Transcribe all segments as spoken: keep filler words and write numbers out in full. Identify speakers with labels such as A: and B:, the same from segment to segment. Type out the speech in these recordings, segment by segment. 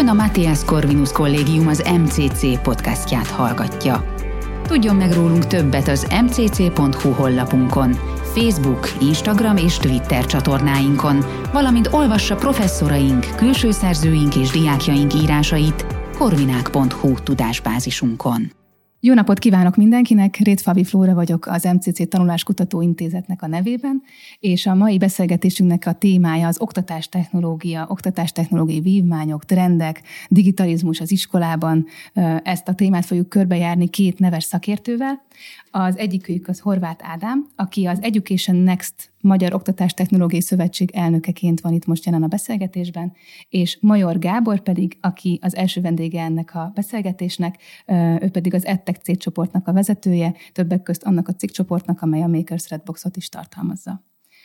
A: Ön a Matthias Corvinus Kollégium az em cé cé podcastját hallgatja. Tudjon meg rólunk többet az em cé cé pont hu honlapunkon, Facebook, Instagram és Twitter csatornáinkon, valamint olvassa professzoraink, külső szerzőink és diákjaink írásait corvinák pont hu tudásbázisunkon.
B: Jó napot kívánok mindenkinek, Rétfalvi Flóra vagyok az em cé cé Tanuláskutató Intézetnek a nevében, és a mai beszélgetésünknek a témája az oktatástechnológia, oktatástechnológiai vívmányok, trendek, digitalizmus az iskolában. Ezt a témát fogjuk körbejárni két neves szakértővel. Az egyikük az Horváth Ádám, aki az Education Next Magyar Oktatástechnológiai Szövetség elnökeként van itt most jelen a beszélgetésben, és Major Gábor pedig, aki az első vendége ennek a beszélgetésnek, ő pedig az EdTech cégcsoportnak a vezetője, többek közt annak a cégcsoportnak, amely a Makers Redboxot is tartalmazza.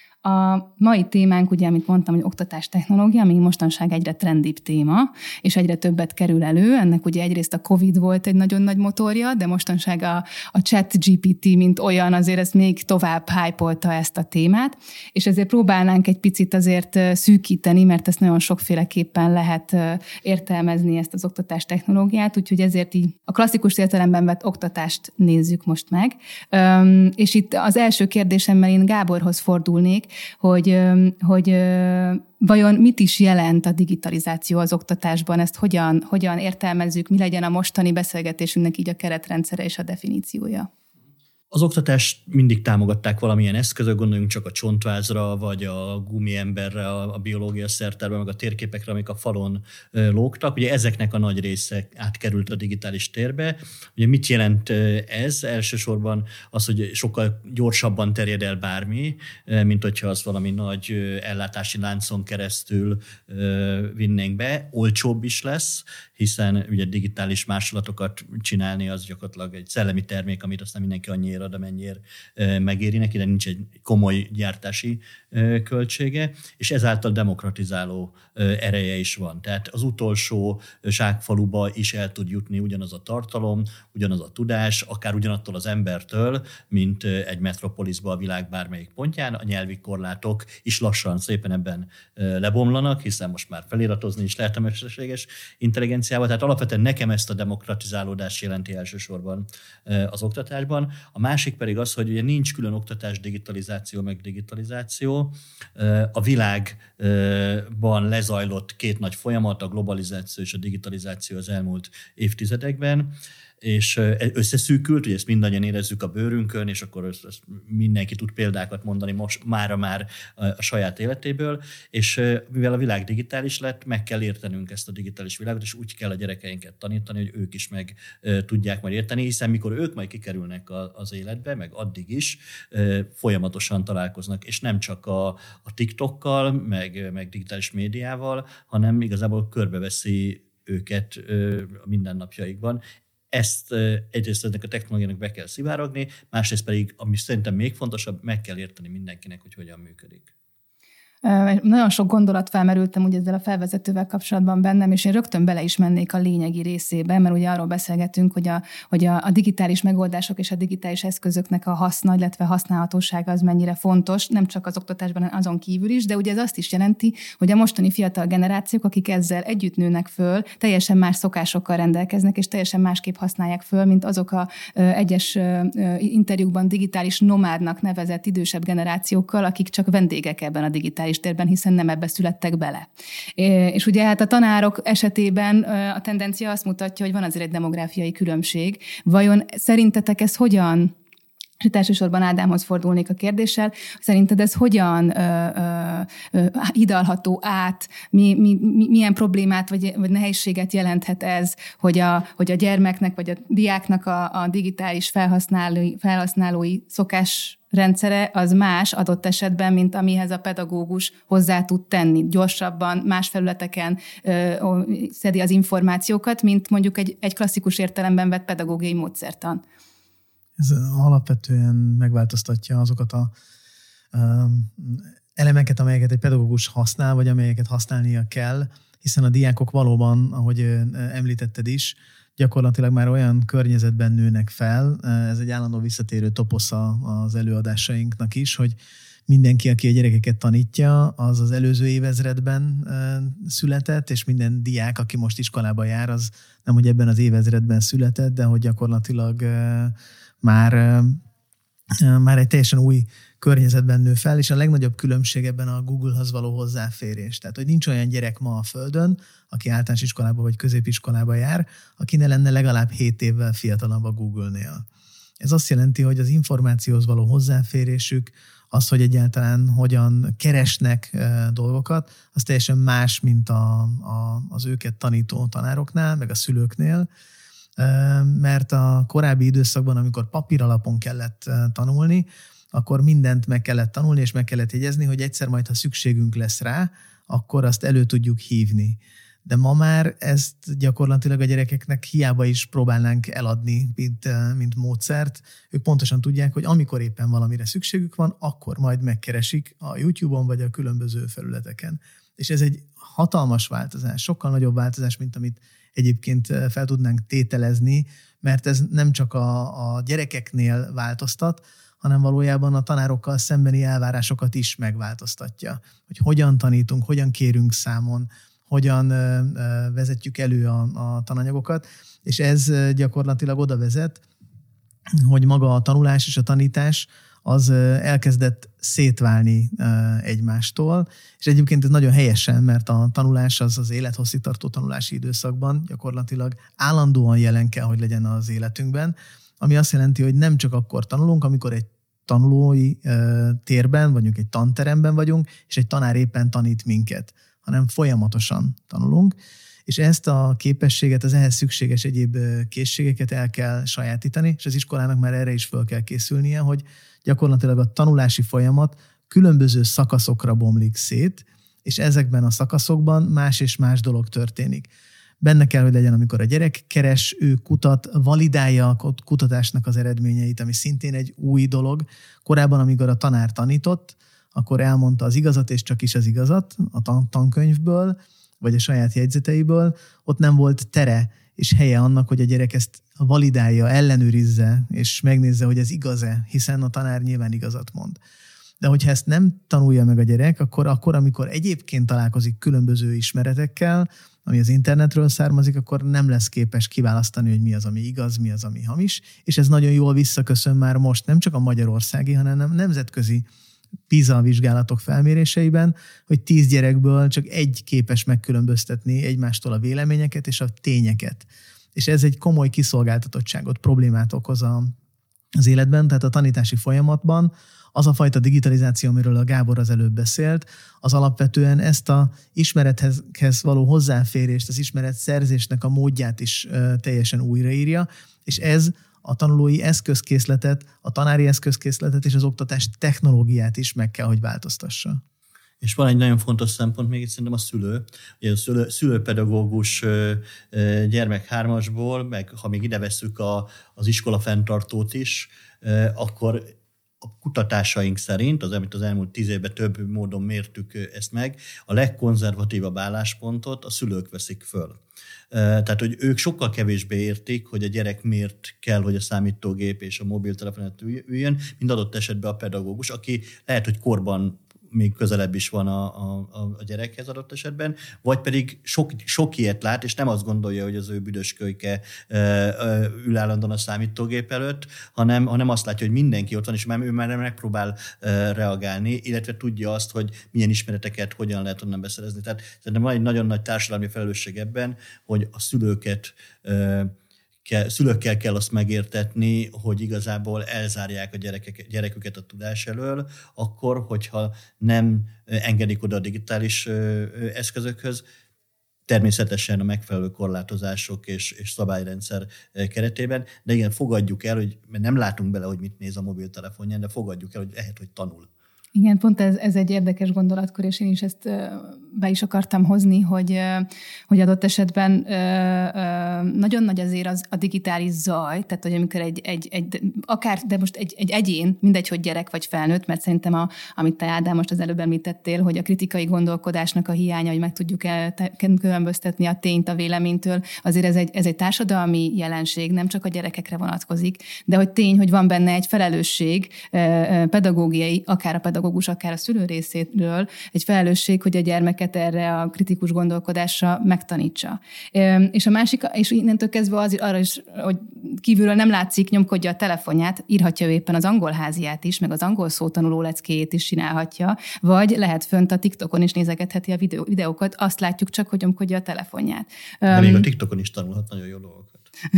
B: A mai témánk, ugye, amit mondtam, hogy oktatástechnológia, ami mostanság egyre trendibb téma, és egyre többet kerül elő. Ennek ugye egyrészt a Covid volt egy nagyon nagy motorja, de mostanság a, a ChatGPT, mint olyan, azért ez még tovább hype-olta ezt a témát, és ezért próbálnánk egy picit azért szűkíteni, mert ezt nagyon sokféleképpen lehet értelmezni, ezt az oktatástechnológiát, úgyhogy ezért így a klasszikus értelemben vett oktatást nézzük most meg. És itt az első kérdésemmel én Gáborhoz fordulnék, hogy, hogy vajon mit is jelent a digitalizáció az oktatásban, ezt hogyan, hogyan értelmezzük, mi legyen a mostani beszélgetésünknek így a keretrendszere és a definíciója?
C: Az oktatást mindig támogatták valamilyen eszközök, gondoljunk csak a csontvázra, vagy a gumiemberre, a biológia szertárba, meg a térképekre, amik a falon lógtak. Ugye ezeknek a nagy része átkerült a digitális térbe. Ugye mit jelent ez? Elsősorban az, hogy sokkal gyorsabban terjed el bármi, mint hogyha az valami nagy ellátási láncon keresztül vinnénk be. Olcsóbb is lesz, hiszen ugye digitális másolatokat csinálni az gyakorlatilag egy szellemi termék, amit aztán mindenki annyiért ad, amennyire megéri neki, de nincs egy komoly gyártási költsége, és ezáltal demokratizáló ereje is van. Tehát az utolsó zsákfaluba is el tud jutni ugyanaz a tartalom, ugyanaz a tudás, akár ugyanattól az embertől, mint egy metropoliszba a világ bármelyik pontján. A nyelvi korlátok is lassan szépen ebben lebomlanak, hiszen most már feliratozni is lehet a mesterséges intelligenciával. Tehát alapvetően nekem ezt a demokratizálódást jelenti elsősorban az oktatásban. A másik pedig az, hogy ugye nincs külön oktatás, digitalizáció, meg digitalizáció. A világban lezajlott két nagy folyamat, a globalizáció és a digitalizáció az elmúlt évtizedekben, és összeszűkült, ugye ezt mindannyian érezzük a bőrünkön, és akkor ezt, ezt mindenki tud példákat mondani most mára már a saját életéből, és mivel a világ digitális lett, meg kell értenünk ezt a digitális világot, és úgy kell a gyerekeinket tanítani, hogy ők is meg tudják majd érteni, hiszen mikor ők majd kikerülnek az életbe, meg addig is folyamatosan találkoznak, és nem csak a, a TikTokkal, meg, meg digitális médiával, hanem igazából körbeveszi őket a mindennapjaikban. Ezt egyrészt ennek a technológiának be kell szivárogni, másrészt pedig, ami szerintem még fontosabb, meg kell érteni mindenkinek, hogy hogyan működik.
B: Nagyon sok gondolat felmerültem ugye ezzel a felvezetővel kapcsolatban bennem, és én rögtön bele is mennék a lényegi részébe, mert ugye arról beszélgetünk, hogy a, hogy a, a digitális megoldások és a digitális eszközöknek a haszna, illetve használhatósága az mennyire fontos, nem csak az oktatásban, hanem azon kívül is, de ugye ez azt is jelenti, hogy a mostani fiatal generációk, akik ezzel együtt nőnek föl, teljesen más szokásokkal rendelkeznek, és teljesen másképp használják föl, mint azok a egyes interjúkban digitális nomádnak nevezett idősebb generációkkal, akik csak vendégek ebben a digitális térben, hiszen nem ebbe születtek bele. És ugye hát a tanárok esetében a tendencia azt mutatja, hogy van azért egy demográfiai különbség. Vajon szerintetek ez hogyan, és itt elsősorban Ádámhoz fordulnék a kérdéssel, szerinted ez hogyan ö, ö, ö, hidalható át, mi, mi, mi, milyen problémát vagy, vagy nehézséget jelenthet ez, hogy a, hogy a gyermeknek vagy a diáknak a, a digitális felhasználói, felhasználói szokás rendszere az más adott esetben, mint amihez a pedagógus hozzá tud tenni. Gyorsabban, más felületeken ö, ö, szedi az információkat, mint mondjuk egy, egy klasszikus értelemben vett pedagógiai módszertan.
D: Ez alapvetően megváltoztatja azokat a um, elemeket, amelyeket egy pedagógus használ, vagy amelyeket használnia kell, hiszen a diákok valóban, ahogy említetted is, gyakorlatilag már olyan környezetben nőnek fel, ez egy állandó visszatérő toposza az előadásainknak is, hogy mindenki, aki a gyerekeket tanítja, az az előző évezredben született, és minden diák, aki most iskolába jár, az nem, hogy ebben az évezredben született, de hogy gyakorlatilag már, már egy teljesen új környezetben nő fel, és a legnagyobb különbség ebben a Google-hoz való hozzáférés. Tehát, hogy nincs olyan gyerek ma a Földön, aki általános iskolába vagy középiskolába jár, aki ne lenne legalább hét évvel fiatalabb a Google-nél. Ez azt jelenti, hogy az információhoz való hozzáférésük, az, hogy egyáltalán hogyan keresnek dolgokat, az teljesen más, mint a, a, az őket tanító tanároknál, meg a szülőknél, mert a korábbi időszakban, amikor papíralapon kellett tanulni, akkor mindent meg kellett tanulni, és meg kellett jegyezni, hogy egyszer majd, ha szükségünk lesz rá, akkor azt elő tudjuk hívni. De ma már ezt gyakorlatilag a gyerekeknek hiába is próbálnánk eladni, mint, mint módszert. Ők pontosan tudják, hogy amikor éppen valamire szükségük van, akkor majd megkeresik a YouTube-on vagy a különböző felületeken. És ez egy hatalmas változás, sokkal nagyobb változás, mint amit egyébként fel tudnánk tételezni, mert ez nem csak a, a gyerekeknél változtat, hanem valójában a tanárokkal szembeni elvárásokat is megváltoztatja. Hogy hogyan tanítunk, hogyan kérünk számon, hogyan vezetjük elő a, a tananyagokat, és ez gyakorlatilag oda vezet, hogy maga a tanulás és a tanítás az elkezdett szétválni egymástól, és egyébként ez nagyon helyesen, mert a tanulás az az élethosszígtartó tanulási időszakban gyakorlatilag állandóan jelen kell, hogy legyen az életünkben, ami azt jelenti, hogy nem csak akkor tanulunk, amikor egy tanulói térben, vagyunk egy tanteremben vagyunk, és egy tanár éppen tanít minket, hanem folyamatosan tanulunk, és ezt a képességet, az ehhez szükséges egyéb készségeket el kell sajátítani, és az iskolának már erre is fel kell készülnie, hogy gyakorlatilag a tanulási folyamat különböző szakaszokra bomlik szét, és ezekben a szakaszokban más és más dolog történik. Benne kell, hogy legyen, amikor a gyerek keres, ő kutat, validálja a kutatásnak az eredményeit, ami szintén egy új dolog. Korábban, amikor a tanár tanított, akkor elmondta az igazat, és csak is az igazat a tan- tankönyvből, vagy a saját jegyzeteiből. Ott nem volt tere és helye annak, hogy a gyerek ezt validálja, ellenőrizze, és megnézze, hogy ez igaz-e, hiszen a tanár nyilván igazat mond. De hogyha ezt nem tanulja meg a gyerek, akkor, akkor amikor egyébként találkozik különböző ismeretekkel, ami az internetről származik, akkor nem lesz képes kiválasztani, hogy mi az, ami igaz, mi az, ami hamis, és ez nagyon jól visszaköszön már most nem csak a magyarországi, hanem a nemzetközi PISA vizsgálatok felméréseiben, hogy tíz gyerekből csak egy képes megkülönböztetni egymástól a véleményeket és a tényeket. És ez egy komoly kiszolgáltatottságot, problémát okoz a, az életben, tehát a tanítási folyamatban az a fajta digitalizáció, amiről a Gábor az előbb beszélt, az alapvetően ezt a ismerethez való hozzáférést, az ismeretszerzésnek a módját is teljesen újraírja, és ez a tanulói eszközkészletet, a tanári eszközkészletet és az oktatás technológiát is meg kell, hogy változtassa.
C: És van egy nagyon fontos szempont, még itt szerintem a szülő. Ugye a szülő, szülőpedagógus gyermek hármasból, meg ha még ide vesszük a, az iskola fenntartót is, akkor a kutatásaink szerint, az, amit az elmúlt tíz évben több módon mértük ezt meg, a legkonzervatívabb álláspontot a szülők veszik föl. Tehát, hogy ők sokkal kevésbé értik, hogy a gyerek miért kell, hogy a számítógép és a mobiltelefonát üljön, mint adott esetben a pedagógus, aki lehet, hogy korban még közelebb is van a, a, a gyerekhez adott esetben, vagy pedig sok, sok ilyet lát, és nem azt gondolja, hogy az ő büdös kölyke ül állandóan a számítógép előtt, hanem, hanem azt látja, hogy mindenki ott van, és már ő már megpróbál reagálni, illetve tudja azt, hogy milyen ismereteket hogyan lehet onnan beszerezni. Tehát szerintem van egy nagyon nagy társadalmi felelősség ebben, hogy a szülőket Kell, szülőkkel kell azt megértetni, hogy igazából elzárják a gyerekek, gyereküket a tudás elől, akkor, hogyha nem engedik oda a digitális eszközökhöz, természetesen a megfelelő korlátozások és, és szabályrendszer keretében, de igen, fogadjuk el, hogy nem látunk bele, hogy mit néz a mobiltelefonján, de fogadjuk el, hogy lehet, hogy tanul.
B: Igen, pont ez, ez egy érdekes gondolatkor, és én is ezt be is akartam hozni, hogy, hogy adott esetben nagyon nagy azért az a digitális zaj, tehát hogy amikor egy, egy, egy akár, de most egy, egy egyén, mindegy, hogy gyerek vagy felnőtt, mert szerintem, a, amit te Ádám most az előbb említettél, hogy a kritikai gondolkodásnak a hiánya, hogy meg tudjuk különböztetni a tényt a véleménytől, azért ez egy, ez egy társadalmi jelenség, nem csak a gyerekekre vonatkozik, de hogy tény, hogy van benne egy felelősség, pedagógiai, akár a pedagógus, akár a szülő részéről, egy felelősség, hogy a gyermeket erre a kritikus gondolkodásra megtanítsa. És a másik, és innentől kezdve az, arra is, hogy kívülről nem látszik, nyomkodja a telefonját, írhatja ő éppen az angol háziát is, meg az angol szótanuló leckéjét is csinálhatja, vagy lehet fönt a TikTokon is nézegetheti a videó, videókat, azt látjuk csak, hogy nyomkodja a telefonját.
C: De még a TikTokon is tanulhat nagyon jó dolgokat.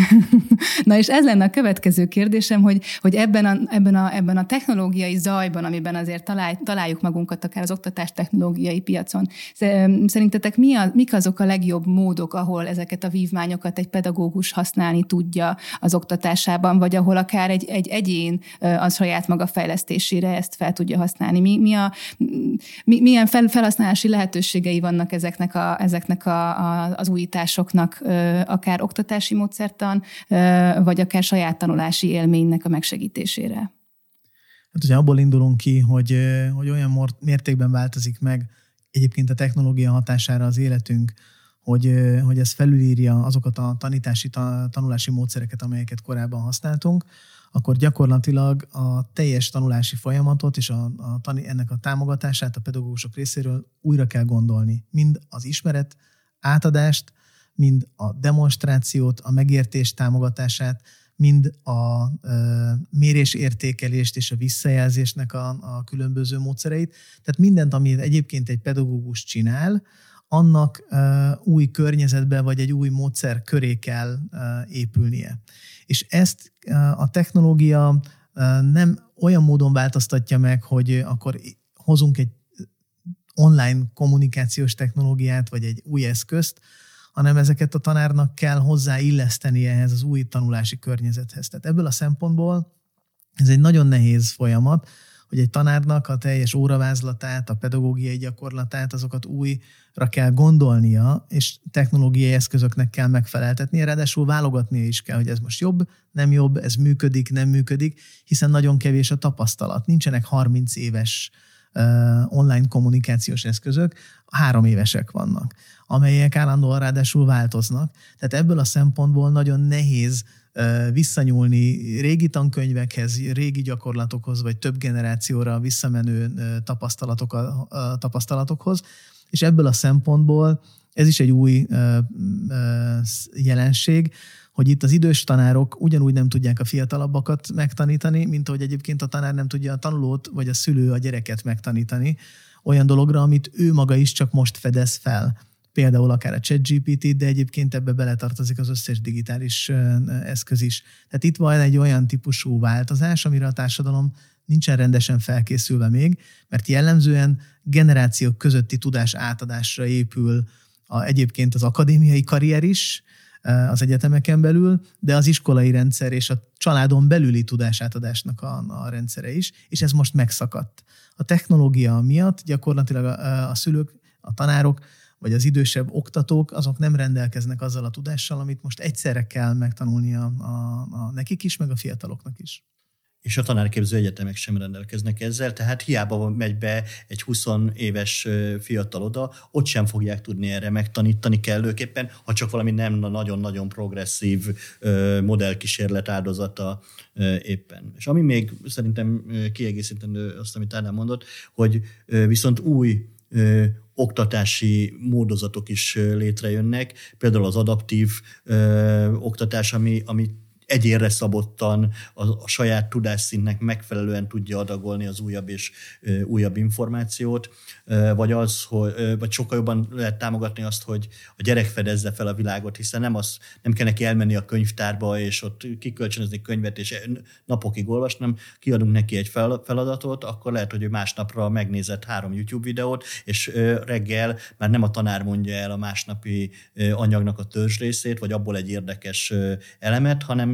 B: Na és ez lenne a következő kérdésem, hogy, hogy ebben, a, ebben, a, ebben a technológiai zajban, amiben azért találj, találjuk magunkat akár az oktatás technológiai piacon, szerintetek mi a, mik azok a legjobb módok, ahol ezeket a vívmányokat egy pedagógus használni tudja az oktatásában, vagy ahol akár egy, egy egyén az saját maga fejlesztésére ezt fel tudja használni? Mi, mi a, mi, milyen fel, felhasználási lehetőségei vannak ezeknek, a, ezeknek a, a, az újításoknak, akár oktatási módszer, vagy akár saját tanulási élménynek a megsegítésére?
D: Hát ugye abból indulunk ki, hogy, hogy olyan mértékben változik meg egyébként a technológia hatására az életünk, hogy, hogy ez felülírja azokat a tanítási, tanulási módszereket, amelyeket korábban használtunk, akkor gyakorlatilag a teljes tanulási folyamatot és a, a, ennek a támogatását a pedagógusok részéről újra kell gondolni. Mind az ismeret átadást, mind a demonstrációt, a megértés támogatását, mind a e, mérésértékelést és a visszajelzésnek a, a különböző módszereit. Tehát mindent, amit egyébként egy pedagógus csinál, annak e, új környezetbe vagy egy új módszer köré kell e, épülnie. És ezt e, a technológia e, nem olyan módon változtatja meg, hogy akkor hozunk egy online kommunikációs technológiát vagy egy új eszközt, hanem ezeket a tanárnak kell hozzáilleszteni ehhez az új tanulási környezethez. Tehát ebből a szempontból ez egy nagyon nehéz folyamat, hogy egy tanárnak a teljes óravázlatát, a pedagógiai gyakorlatát, azokat újra kell gondolnia, és technológiai eszközöknek kell megfeleltetnie, ráadásul válogatnia is kell, hogy ez most jobb, nem jobb, ez működik, nem működik, hiszen nagyon kevés a tapasztalat. Nincsenek harminc éves online kommunikációs eszközök, három évesek vannak, amelyek állandóan ráadásul változnak. Tehát ebből a szempontból nagyon nehéz visszanyúlni régi tankönyvekhez, régi gyakorlatokhoz, vagy több generációra visszamenő tapasztalatok, tapasztalatokhoz, és ebből a szempontból ez is egy új jelenség, hogy itt az idős tanárok ugyanúgy nem tudják a fiatalabbakat megtanítani, mint ahogy egyébként a tanár nem tudja a tanulót, vagy a szülő a gyereket megtanítani olyan dologra, amit ő maga is csak most fedez fel. Például akár a ChatGPT, de egyébként ebbe beletartozik az összes digitális eszköz is. Tehát itt van egy olyan típusú változás, amire a társadalom nincsen rendesen felkészülve még, mert jellemzően generációk közötti tudás átadásra épül a, egyébként az akadémiai karrier is, az egyetemeken belül, de az iskolai rendszer és a családon belüli tudásátadásnak a, a rendszere is, és ez most megszakadt. A technológia miatt gyakorlatilag a, a szülők, a tanárok, vagy az idősebb oktatók, azok nem rendelkeznek azzal a tudással, amit most egyszerre kell megtanulnia a, a nekik is, meg a fiataloknak is.
C: És a tanárképző egyetemek sem rendelkeznek ezzel, tehát hiába megy be egy húsz éves fiatal oda, ott sem fogják tudni erre megtanítani kellőképpen, ha csak valami nem nagyon-nagyon progresszív modellkísérlet áldozata éppen. És ami még szerintem kiegészítendő azt, amit Ádám mondott, hogy viszont új oktatási módozatok is létrejönnek, például az adaptív oktatás, ami, ami egyénre szabottan a, a saját tudásszintnek megfelelően tudja adagolni az újabb és ö, újabb információt, ö, vagy az, hogy ö, vagy sokkal jobban lehet támogatni azt, hogy a gyerek fedezze fel a világot, hiszen nem, az, nem kell neki elmenni a könyvtárba, és ott kikölcsönözni könyvet, és napokig olvasni, hanem kiadunk neki egy fel, feladatot, akkor lehet, hogy ő másnapra megnézett három YouTube videót, és ö, reggel már nem a tanár mondja el a másnapi ö, anyagnak a törzs részét, vagy abból egy érdekes ö, elemet, hanem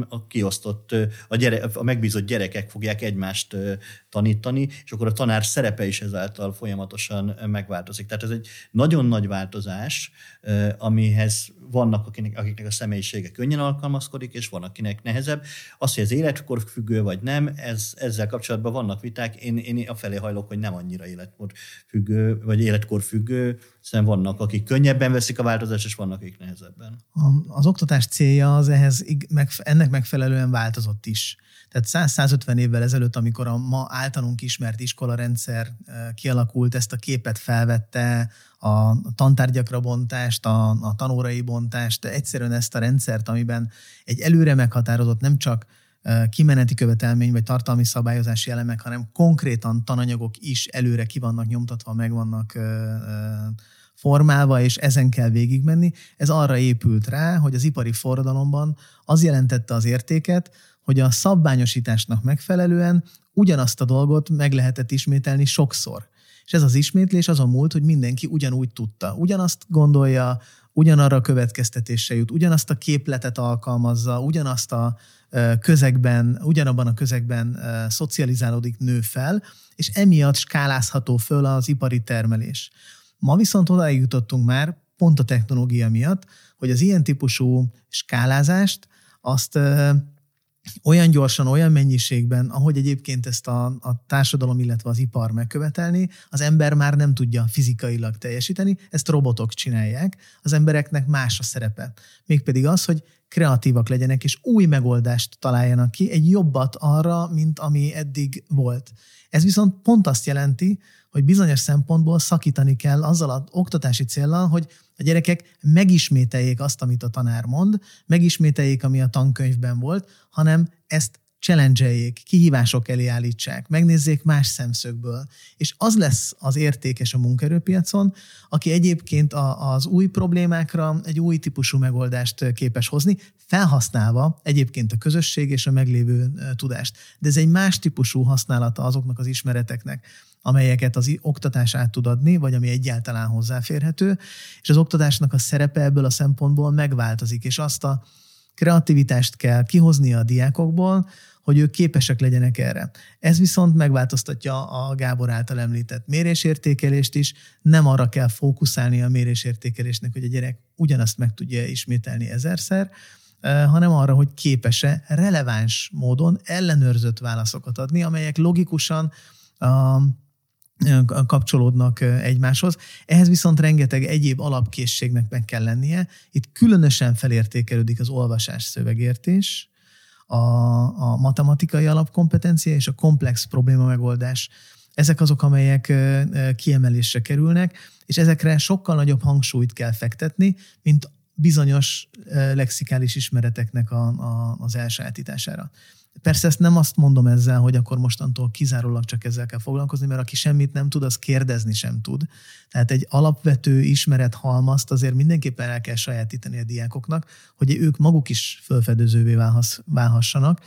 C: hanem a kiosztott, a, gyere, a megbízott gyerekek fogják egymást tanítani, és akkor a tanár szerepe is ezáltal folyamatosan megváltozik. Tehát ez egy nagyon nagy változás, amihez vannak, akinek, akiknek a személyisége könnyen alkalmazkodik, és van, akinek nehezebb. Az, hogy ez életkor függő vagy nem, ez, ezzel kapcsolatban vannak viták. Én, én afelé hajlok, hogy nem annyira életkor függő, vagy életkor függő, hiszen vannak, akik könnyebben veszik a változást, és vannak, akik nehezebben.
D: Az oktatás célja az ehhez, ennek megfelelően változott is. Tehát száz-százötven évvel ezelőtt, amikor a ma általunk ismert iskolarendszer kialakult, ezt a képet felvette, a tantárgyakra bontást, a, a tanórai bontást, egyszerűen ezt a rendszert, amiben egy előre meghatározott nem csak kimeneti követelmény vagy tartalmi szabályozási elemek, hanem konkrétan tananyagok is előre ki vannak nyomtatva, meg vannak formálva, és ezen kell végigmenni. Ez arra épült rá, hogy az ipari forradalomban az jelentette az értéket, hogy a szabványosításnak megfelelően ugyanazt a dolgot meg lehetett ismételni sokszor. És ez az ismétlés azon múlt, hogy mindenki ugyanúgy tudta. Ugyanazt gondolja, ugyanarra a következtetésre jut, ugyanazt a képletet alkalmazza, ugyanazt a közegben, ugyanabban a közegben szocializálódik, nő fel, és emiatt skálázható föl az ipari termelés. Ma viszont odáig jutottunk már, pont a technológia miatt, hogy az ilyen típusú skálázást azt olyan gyorsan, olyan mennyiségben, ahogy egyébként ezt a, a társadalom, illetve az ipar megkövetelni, az ember már nem tudja fizikailag teljesíteni, ezt robotok csinálják, az embereknek más a szerepe. Mégpedig az, hogy kreatívak legyenek, és új megoldást találjanak ki, egy jobbat arra, mint ami eddig volt. Ez viszont pont azt jelenti, hogy bizonyos szempontból szakítani kell azzal az oktatási céllal, hogy a gyerekek megismételjék azt, amit a tanár mond, megismételjék, ami a tankönyvben volt, hanem ezt challenge-eljék, kihívások elé állítsák, megnézzék más szemszögből. És az lesz az értékes a munkaerőpiacon, aki egyébként a, az új problémákra egy új típusú megoldást képes hozni, felhasználva egyébként a közösség és a meglévő tudást. De ez egy más típusú használata azoknak az ismereteknek, amelyeket az oktatás át tud adni, vagy ami egyáltalán hozzáférhető, és az oktatásnak a szerepe ebből a szempontból megváltozik, és azt a kreativitást kell kihozni a diákokból, hogy ők képesek legyenek erre. Ez viszont megváltoztatja a Gábor által említett mérésértékelést is, nem arra kell fókuszálni a mérésértékelésnek, hogy a gyerek ugyanazt meg tudja ismételni ezerszer, hanem arra, hogy képes-e releváns módon ellenőrzött válaszokat adni, amelyek logikusan a kapcsolódnak egymáshoz. Ehhez viszont rengeteg egyéb alapkészségnek meg kell lennie. Itt különösen felértékelődik az olvasás, szövegértés, a, a matematikai alapkompetencia és a komplex probléma megoldás. Ezek azok, amelyek kiemelésre kerülnek, és ezekre sokkal nagyobb hangsúlyt kell fektetni, mint bizonyos lexikális ismereteknek a, a, az elsajátítására. Persze ezt nem azt mondom ezzel, hogy akkor mostantól kizárólag csak ezzel kell foglalkozni, mert aki semmit nem tud, az kérdezni sem tud. Tehát egy alapvető ismerethalmazt azért mindenképpen el kell sajátítani a diákoknak, hogy ők maguk is felfedezővé válhassanak.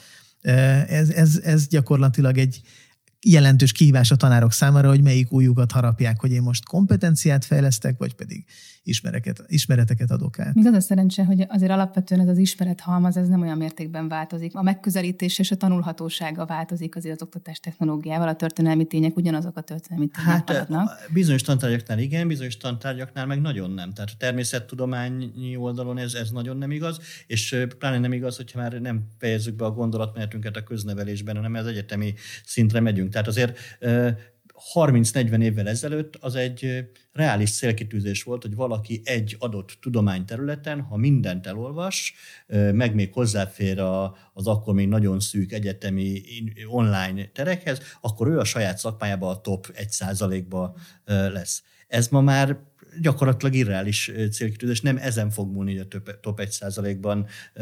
D: Ez, ez, ez gyakorlatilag egy jelentős kihívás a tanárok számára, hogy melyik újukat harapják, hogy én most kompetenciát fejlesztek, vagy pedig ismereket, ismereteket adok át.
B: Még az a szerencse, hogy azért alapvetően ez az ismerethalmaz, ez nem olyan mértékben változik. A megközelítés és a tanulhatósága változik azért az oktatás technológiával, a történelmi tények ugyanazok a történelmi tények
C: hát,
B: maradnak.
C: Bizonyos tantárgyaknál igen, bizonyos tantárgyaknál meg nagyon nem. Tehát a természettudományi oldalon ez, ez nagyon nem igaz, és pláne nem igaz, hogyha már nem fejezzük be a gondolatmenetünket a köznevelésben, hanem az egyetemi szintre megyünk. Tehát azért harminc-negyven évvel ezelőtt az egy reális célkitűzés volt, hogy valaki egy adott tudományterületen, ha mindent elolvas, meg még hozzáfér az akkor még nagyon szűk egyetemi online terekhez, akkor ő a saját szakmájában a top egy százalékba lesz. Ez ma már gyakorlatilag irreális célkitűzés, nem ezen fog múlni, hogy a top egy százalékban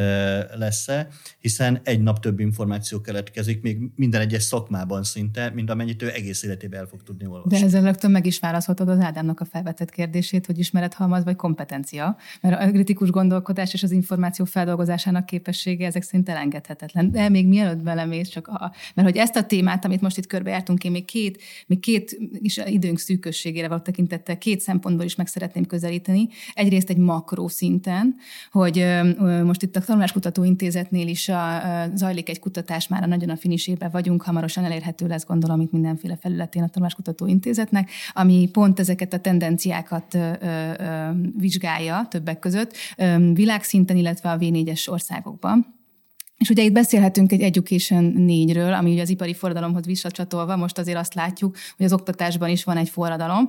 C: lesz-e, hiszen egy nap több információ keletkezik, még minden egyes szakmában szinte, mint amennyit ő egész életében el fog tudni olvasni.
B: De ezzel rögtön meg is válaszoltad az Ádámnak a felvetett kérdését, hogy ismerethalmaz vagy kompetencia, mert a kritikus gondolkodás és az információ feldolgozásának képessége ezek szerint elengedhetetlen. De még mielőtt belemész, csak a, mert hogy ezt a témát, amit most itt körbejártunk, én még két, még két is időnk szűkösségére való tekintettel két szempontból is meg meg szeretném közelíteni. Egyrészt egy makró szinten, hogy most itt a Tanuláskutató Intézetnél is a, zajlik egy kutatás, már nagyon a finisébe vagyunk, hamarosan elérhető lesz, gondolom, itt mindenféle felületén a Tanuláskutató Intézetnek, ami pont ezeket a tendenciákat ö, ö, vizsgálja többek között ö, világszinten, illetve a vé négyes országokban. És ugye itt beszélhetünk egy Education négyről, ami ugye az ipari forradalomhoz visszacsatolva, most azért azt látjuk, hogy az oktatásban is van egy forradalom,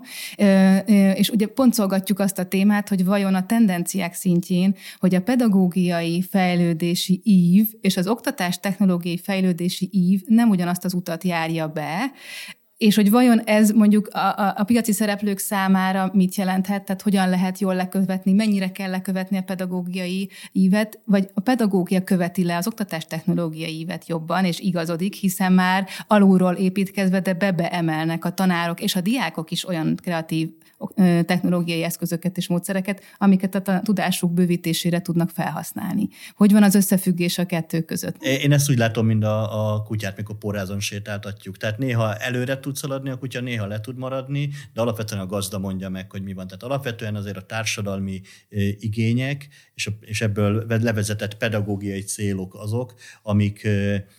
B: és ugye pontszolgatjuk azt a témát, hogy vajon a tendenciák szintjén, hogy a pedagógiai fejlődési ív és az oktatás technológiai fejlődési ív nem ugyanazt az utat járja be, és hogy vajon ez mondjuk a, a, a piaci szereplők számára mit jelenthet, tehát hogyan lehet jól lekövetni, mennyire kell lekövetni a pedagógiai ívet, vagy a pedagógia követi le az oktatás technológiai ívet jobban, és igazodik, hiszen már alulról építkezve, de bebeemelnek a tanárok és a diákok is olyan kreatív technológiai eszközöket és módszereket, amiket a tudásuk bővítésére tudnak felhasználni. Hogy van az összefüggés a kettő között?
C: Én ezt úgy látom, mint a, a kutyát, mikor porrázon sétáltatjuk. Tehát néha előre tud szaladni a kutya, néha le tud maradni, de alapvetően a gazda mondja meg, hogy mi van. Tehát alapvetően azért a társadalmi igények és, a, és ebből levezetett pedagógiai célok azok, amik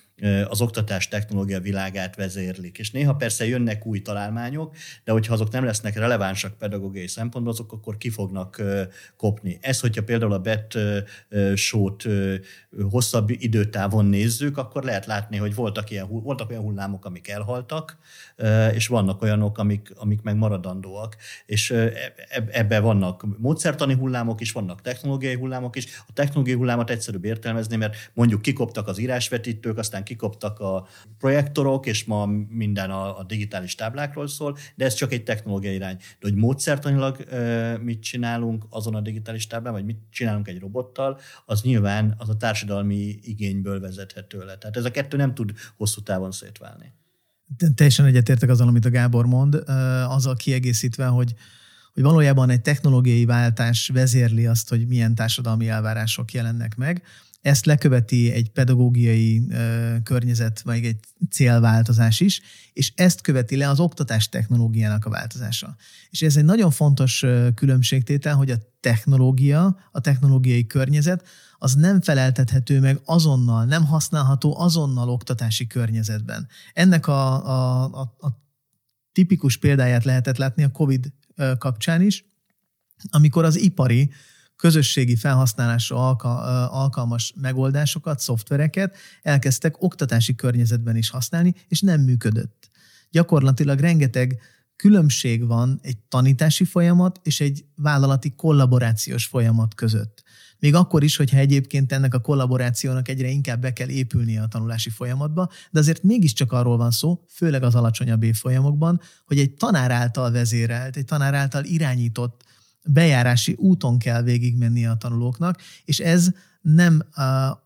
C: az oktatás technológia világát vezérlik. És néha persze jönnek új találmányok, de hogyha azok nem lesznek relevánsak pedagógiai szempontból, azok akkor ki fognak kopni. Ez, hogyha például a bé e té show-t hosszabb időtávon nézzük, akkor lehet látni, hogy voltak, ilyen, voltak olyan hullámok, amik elhaltak, és vannak olyanok, amik, amik meg maradandóak. És ebben vannak módszertani hullámok is, vannak technológiai hullámok is. A technológiai hullámot egyszerűbb értelmezni, mert mondjuk kikoptak az írásvetítők, aztán kikoptak a projektorok, és ma minden a, a digitális táblákról szól, de ez csak egy technológiai irány. De hogy módszertanilag e, mit csinálunk azon a digitális táblán, vagy mit csinálunk egy robottal, az nyilván az a társadalmi igényből vezethető le. Tehát ez a kettő nem tud hosszú távon szétválni.
D: Teljesen egyetértek azzal, amit a Gábor mond, azzal kiegészítve, hogy hogy valójában egy technológiai váltás vezérli azt, hogy milyen társadalmi elvárások jelennek meg. Ezt leköveti egy pedagógiai ö, környezet, vagy egy célváltozás is, és ezt követi le az oktatás technológiának a változása. És ez egy nagyon fontos ö, különbségtétel, hogy a technológia, a technológiai környezet, az nem feleltethető meg azonnal, nem használható azonnal oktatási környezetben. Ennek a, a, a, a tipikus példáját lehetett látni a Covid kapcsán is, amikor az ipari közösségi felhasználásra alkalmas megoldásokat, szoftvereket elkezdtek oktatási környezetben is használni, és nem működött. Gyakorlatilag rengeteg különbség van egy tanítási folyamat és egy vállalati kollaborációs folyamat között. Még akkor is, hogyha egyébként ennek a kollaborációnak egyre inkább be kell épülnie a tanulási folyamatba, de azért mégiscsak arról van szó, főleg az alacsonyabb évfolyamokban, hogy egy tanár által vezérelt, egy tanár által irányított bejárási úton kell végigmenni a tanulóknak, és ez nem uh,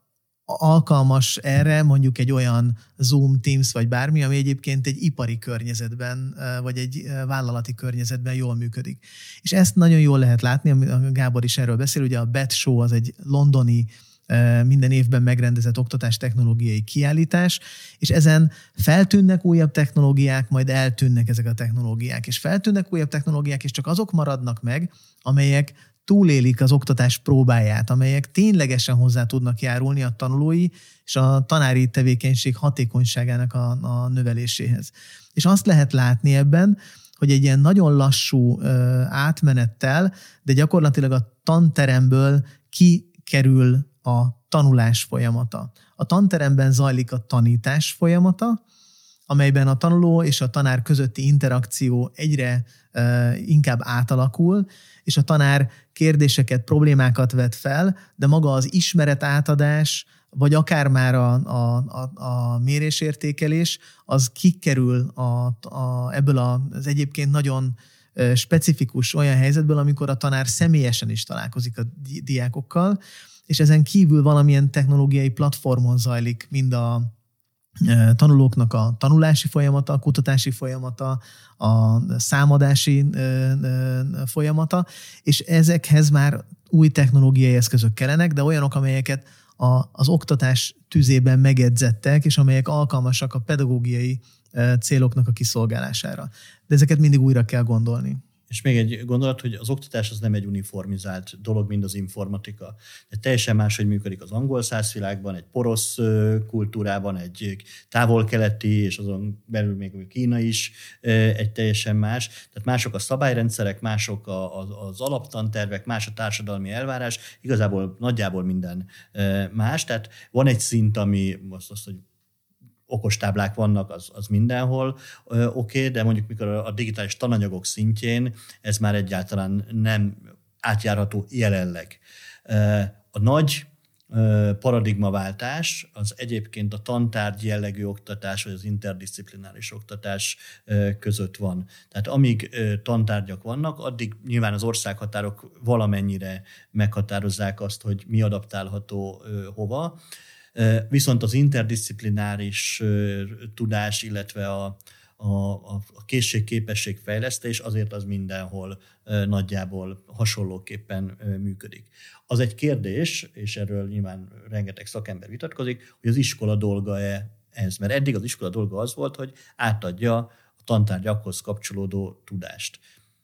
D: alkalmas erre mondjuk egy olyan Zoom, Teams vagy bármi, ami egyébként egy ipari környezetben, uh, vagy egy uh, vállalati környezetben jól működik. És ezt nagyon jól lehet látni, a Gábor is erről beszél, ugye a bé e té Show az egy londoni minden évben megrendezett oktatástechnológiai kiállítás, és ezen feltűnnek újabb technológiák, majd eltűnnek ezek a technológiák, és feltűnnek újabb technológiák, és csak azok maradnak meg, amelyek túlélik az oktatás próbáját, amelyek ténylegesen hozzá tudnak járulni a tanulói és a tanári tevékenység hatékonyságának a, a növeléséhez. És azt lehet látni ebben, hogy egy ilyen nagyon lassú ö, átmenettel, de gyakorlatilag a tanteremből kikerül a tanulás folyamata. A tanteremben zajlik a tanítás folyamata, amelyben a tanuló és a tanár közötti interakció egyre uh, inkább átalakul, és a tanár kérdéseket, problémákat vet fel, de maga az ismeret átadás, vagy akár már a, a, a, a mérésértékelés, az kikerül a, a, ebből az egyébként nagyon specifikus olyan helyzetből, amikor a tanár személyesen is találkozik a di- diákokkal, és ezen kívül valamilyen technológiai platformon zajlik mind a tanulóknak a tanulási folyamata, a kutatási folyamata, a számadási folyamata, és ezekhez már új technológiai eszközök kellenek, de olyanok, amelyeket a, az oktatás tüzében megedzettek, és amelyek alkalmasak a pedagógiai céloknak a kiszolgálására. De ezeket mindig újra kell gondolni.
C: És még egy gondolat, hogy az oktatás az nem egy uniformizált dolog, mint az informatika. De teljesen máshogy működik az angol száz világban, egy porosz kultúrában, egy távol-keleti, és azon belül még Kína is egy teljesen más. Tehát mások a szabályrendszerek, mások az alaptantervek, más a társadalmi elvárás, igazából nagyjából minden más. Tehát van egy szint, ami azt, azt hogy okostáblák vannak, az, az mindenhol oké, okay, de mondjuk mikor a digitális tananyagok szintjén ez már egyáltalán nem átjárható jelenleg. A nagy paradigmaváltás az egyébként a tantárgy jellegű oktatás, vagy az interdisziplináris oktatás között van. Tehát amíg tantárgyak vannak, addig nyilván az országhatárok valamennyire meghatározzák azt, hogy mi adaptálható hova. Viszont az interdisziplináris tudás, illetve a, a, a készség-képesség fejlesztés azért az mindenhol nagyjából hasonlóképpen működik. Az egy kérdés, és erről nyilván rengeteg szakember vitatkozik, hogy az iskola dolga-e ez, mert eddig az iskola dolga az volt, hogy átadja a tantárgyakhoz kapcsolódó tudást.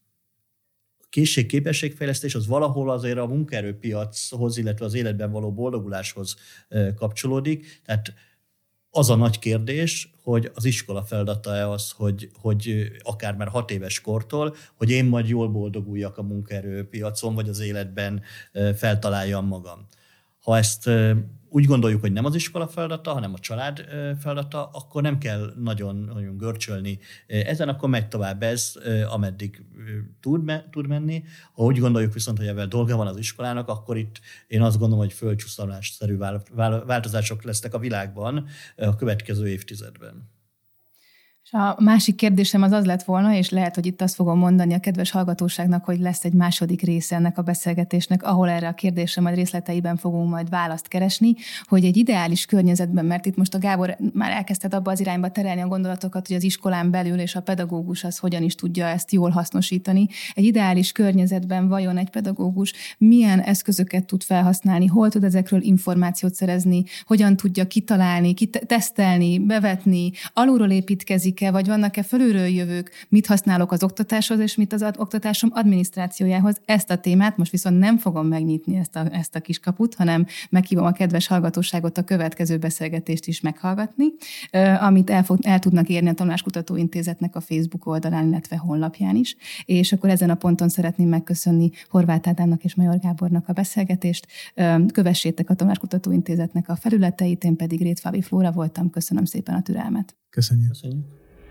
C: Készség-képességfejlesztés az valahol azért a munkaerőpiachoz, illetve az életben való boldoguláshoz kapcsolódik. Tehát az a nagy kérdés, hogy az iskola feladata-e az, hogy, hogy akár már hat éves kortól, hogy én majd jól boldoguljak a munkaerőpiacon, vagy az életben feltaláljam magam. Ha ezt úgy gondoljuk, hogy nem az iskola feladata, hanem a család feladata, akkor nem kell nagyon, nagyon görcsölni ezen, akkor megy tovább ez, ameddig tud, me, tud menni. Ha úgy gondoljuk viszont, hogy ebben dolga van az iskolának, akkor itt én azt gondolom, hogy földcsúszamlásszerű változások lesznek a világban a következő évtizedben.
B: És a másik kérdésem az az lett volna, és lehet, hogy itt azt fogom mondani a kedves hallgatóságnak, hogy lesz egy második része ennek a beszélgetésnek, ahol erre a kérdésre majd részleteiben fogunk majd választ keresni, hogy egy ideális környezetben, mert itt most a Gábor már elkezdett abba az irányba terelni a gondolatokat, hogy az iskolán belül és a pedagógus az hogyan is tudja ezt jól hasznosítani. Egy ideális környezetben vajon egy pedagógus milyen eszközöket tud felhasználni, hol tud ezekről információt szerezni, hogyan tudja kitalálni, tesztelni, bevetni, alulról építkezik, vagy vannak-e fölülről jövők, mit használok az oktatáshoz, és mit az oktatásom adminisztrációjához. Ezt a témát most viszont nem fogom megnyitni, ezt a, ezt a kiskaput, hanem meghívom a kedves hallgatóságot a következő beszélgetést is meghallgatni, amit el, fog, el tudnak érni a Tanuláskutató Intézetnek a Facebook oldalán, illetve honlapján is. És akkor ezen a ponton szeretném megköszönni Horváth Ádámnak és Major Gábornak a beszélgetést. Kövessétek a Tanuláskutató Intézetnek a felületeit, én pedig Rétfávi Flóra voltam. Köszönöm szépen a türelmet.
D: Köszönjük.
C: Köszönjük.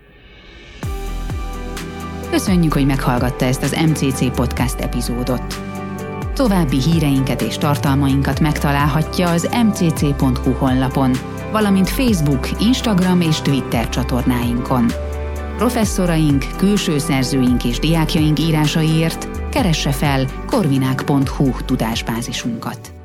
A: Köszönjük, hogy meghallgatta ezt az em cé cé Podcast epizódot. További híreinket és tartalmainkat megtalálhatja az em cé cé pont hu honlapon, valamint Facebook, Instagram és Twitter csatornáinkon. Professzoraink, külső szerzőink és diákjaink írásaiért keresse fel korvinák pont hu tudásbázisunkat.